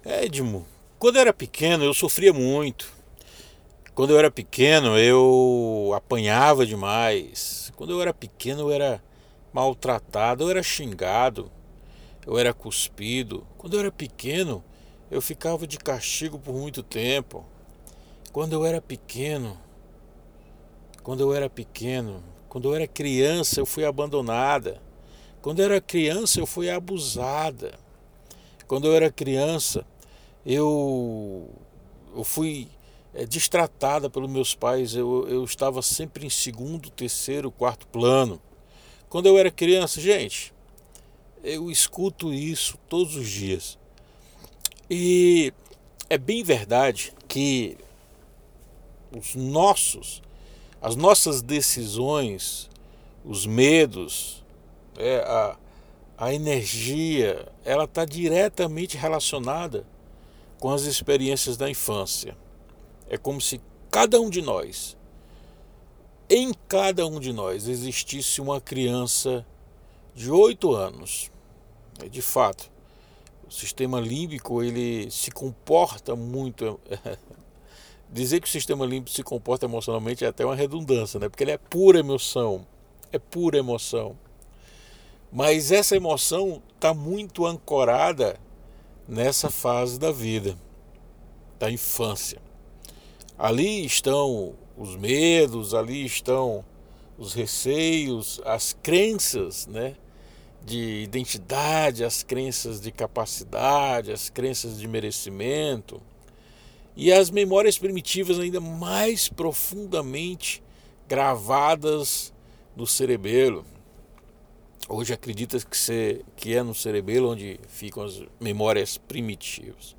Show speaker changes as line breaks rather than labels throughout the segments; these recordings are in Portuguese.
Edmo, quando eu era pequeno eu sofria muito. Quando eu era pequeno eu apanhava demais. Quando eu era pequeno eu era maltratado, eu era xingado, eu era cuspido. Quando eu era pequeno eu ficava de castigo por muito tempo. Quando eu era pequeno, quando eu era pequeno, quando eu era criança eu fui abandonada. Quando eu era criança eu fui abusada. Quando eu era criança eu, eu fui destratada pelos meus pais, eu estava sempre em segundo, terceiro, quarto plano. Quando eu era criança, gente, eu escuto isso todos os dias. E é bem verdade que os nossos, as nossas decisões, os medos, é, a, a energia, ela está diretamente relacionada com as experiências da infância. É como se cada um de nós, em cada um de nós, existisse uma criança de 8 anos. De fato, o sistema límbico ele se comporta muito. Dizer que o sistema límbico se comporta emocionalmente é até uma redundância, né? Porque ele é pura emoção. É pura emoção. Mas essa emoção está muito ancorada nessa fase da vida, da infância. Ali estão os medos, ali estão os receios, as crenças, né, de identidade, as crenças de capacidade, as crenças de merecimento e as memórias primitivas ainda mais profundamente gravadas no cerebelo. Hoje acredita que é no cerebelo onde ficam as memórias primitivas.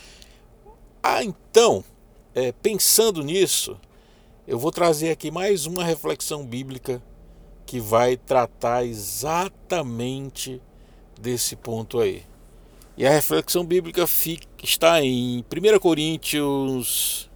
Então, pensando nisso, eu vou trazer aqui mais uma reflexão bíblica que vai tratar exatamente desse ponto aí. E a reflexão bíblica está em 1 Coríntios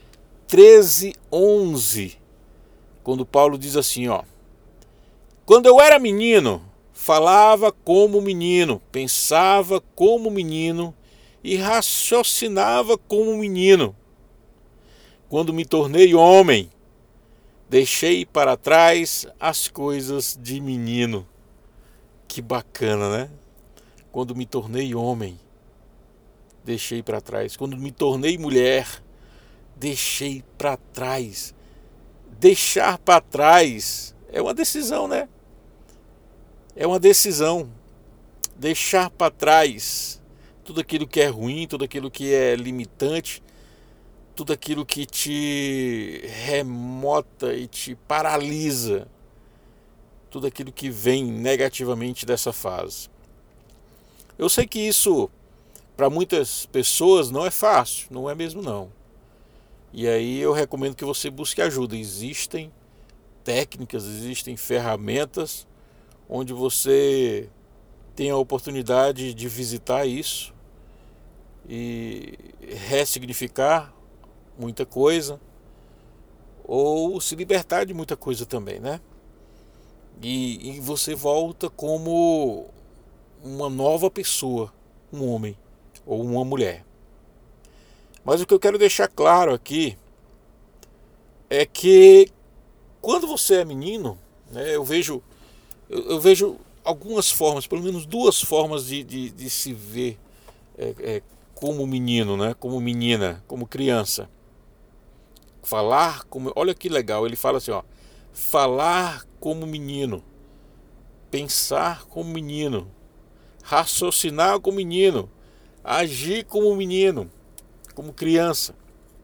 13:11, quando Paulo diz assim, ó: quando eu era menino, falava como menino, pensava como menino e raciocinava como menino. Quando me tornei homem, deixei para trás as coisas de menino. Que bacana, né? Quando me tornei homem, deixei para trás. Quando me tornei mulher, deixei para trás. Deixar para trás é uma decisão, né? É uma decisão. Deixar para trás tudo aquilo que é ruim, tudo aquilo que é limitante, tudo aquilo que te remota e te paralisa, tudo aquilo que vem negativamente dessa fase. Eu sei que isso para muitas pessoas não é fácil, não é mesmo não. E aí eu recomendo que você busque ajuda. Existem técnicas, existem ferramentas onde você tem a oportunidade de visitar isso e ressignificar muita coisa ou se libertar de muita coisa também, né? E você volta como uma nova pessoa, um homem ou uma mulher. Mas o que eu quero deixar claro aqui é que quando você é menino, né, eu vejo algumas formas, pelo menos duas formas de se ver como menino, né, como menina, como criança. Falar como. Olha que legal, ele fala assim, ó: falar como menino, pensar como menino, raciocinar como menino, agir como menino, como criança.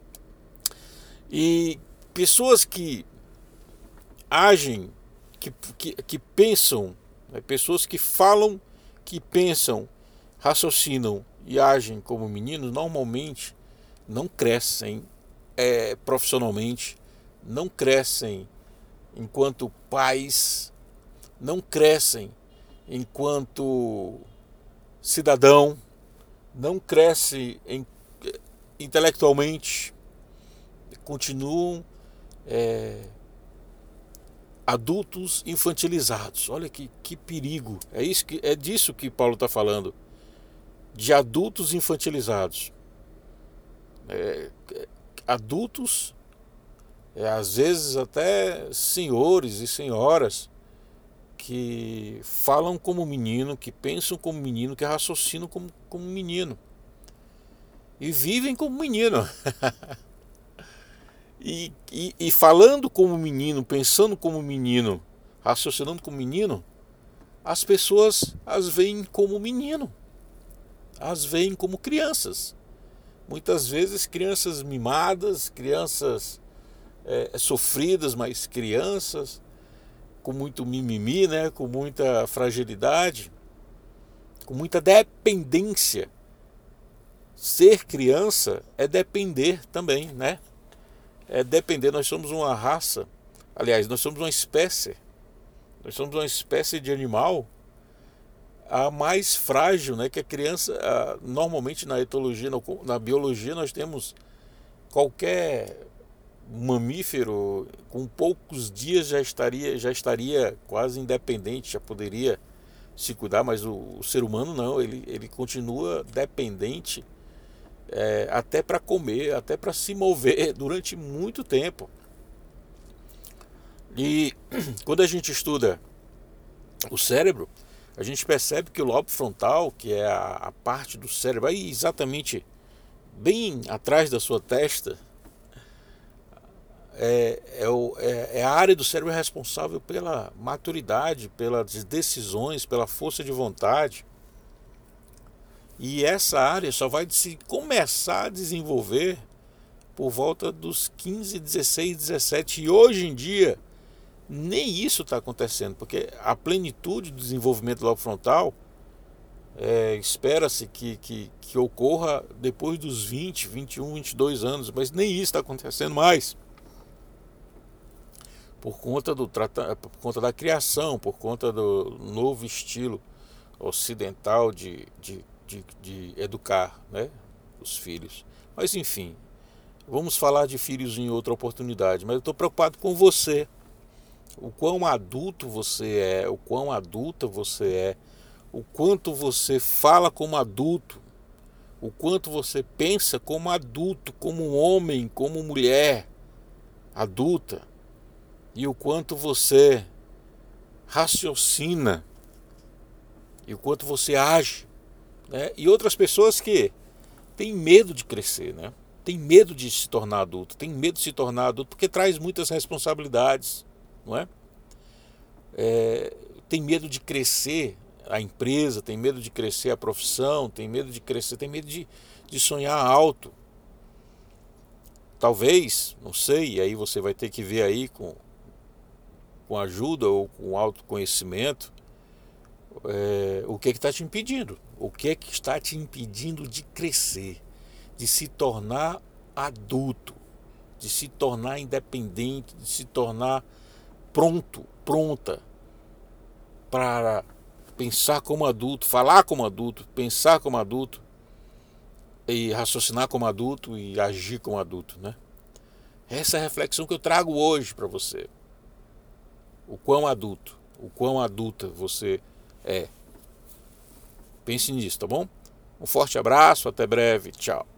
E pessoas que agem, que pensam, né, pessoas que falam, que pensam, raciocinam e agem como meninos, normalmente não crescem profissionalmente, não crescem enquanto pais, não crescem enquanto cidadão, não crescem intelectualmente, continuam adultos infantilizados. Olha que perigo. É disso que Paulo está falando. de adultos infantilizados. Adultos, às vezes até senhores e senhoras, que falam como menino, que pensam como menino, que raciocinam como menino. E vivem como menino. E falando como menino, pensando como menino, raciocinando como menino, as pessoas as veem como menino, as veem como crianças. Muitas vezes crianças mimadas, crianças sofridas, mas crianças com muito mimimi, né? Com muita fragilidade, com muita dependência. Ser criança é depender também, né? É depender. Nós somos uma raça, aliás, nós somos uma espécie. Nós somos uma espécie de animal a mais frágil, né? Que a criança, normalmente na etologia, na biologia, nós temos qualquer mamífero com poucos dias já estaria quase independente, já poderia se cuidar, mas o ser humano não, ele continua dependente, até para comer, até para se mover durante muito tempo. E quando a gente estuda o cérebro, a gente percebe que o lobo frontal, que é a parte do cérebro aí exatamente bem atrás da sua testa, é a área do cérebro responsável pela maturidade, pelas decisões, pela força de vontade. E essa área só vai se começar a desenvolver por volta dos 15, 16, 17. E hoje em dia, nem isso está acontecendo, porque a plenitude do desenvolvimento do lobo frontal espera-se que ocorra depois dos 20, 21, 22 anos, mas nem isso está acontecendo mais. Por conta da criação, por conta do novo estilo ocidental de educar, né, os filhos. Mas enfim, vamos falar de filhos em outra oportunidade. Mas eu estou preocupado com você. O quão adulto você é, o quão adulta você é, o quanto você fala como adulto, o quanto você pensa como adulto, como um homem, como mulher adulta, e o quanto você raciocina, e o quanto você age, né? E outras pessoas que têm medo de crescer, né? Tem medo de se tornar adulto, tem medo de se tornar adulto porque traz muitas responsabilidades, não é? Tem medo de crescer a empresa, tem medo de crescer a profissão, tem medo de crescer, tem medo de sonhar alto. Talvez, não sei, e aí você vai ter que ver aí com ajuda ou com autoconhecimento, o que está te impedindo, o que está te impedindo de crescer, de se tornar adulto, de se tornar independente, de se tornar pronta para pensar como adulto, falar como adulto, pensar como adulto e raciocinar como adulto e agir como adulto, né? Essa é a reflexão que eu trago hoje para você. O quão adulto, o quão adulta você é. Pense nisso, tá bom? Um forte abraço, até breve, tchau.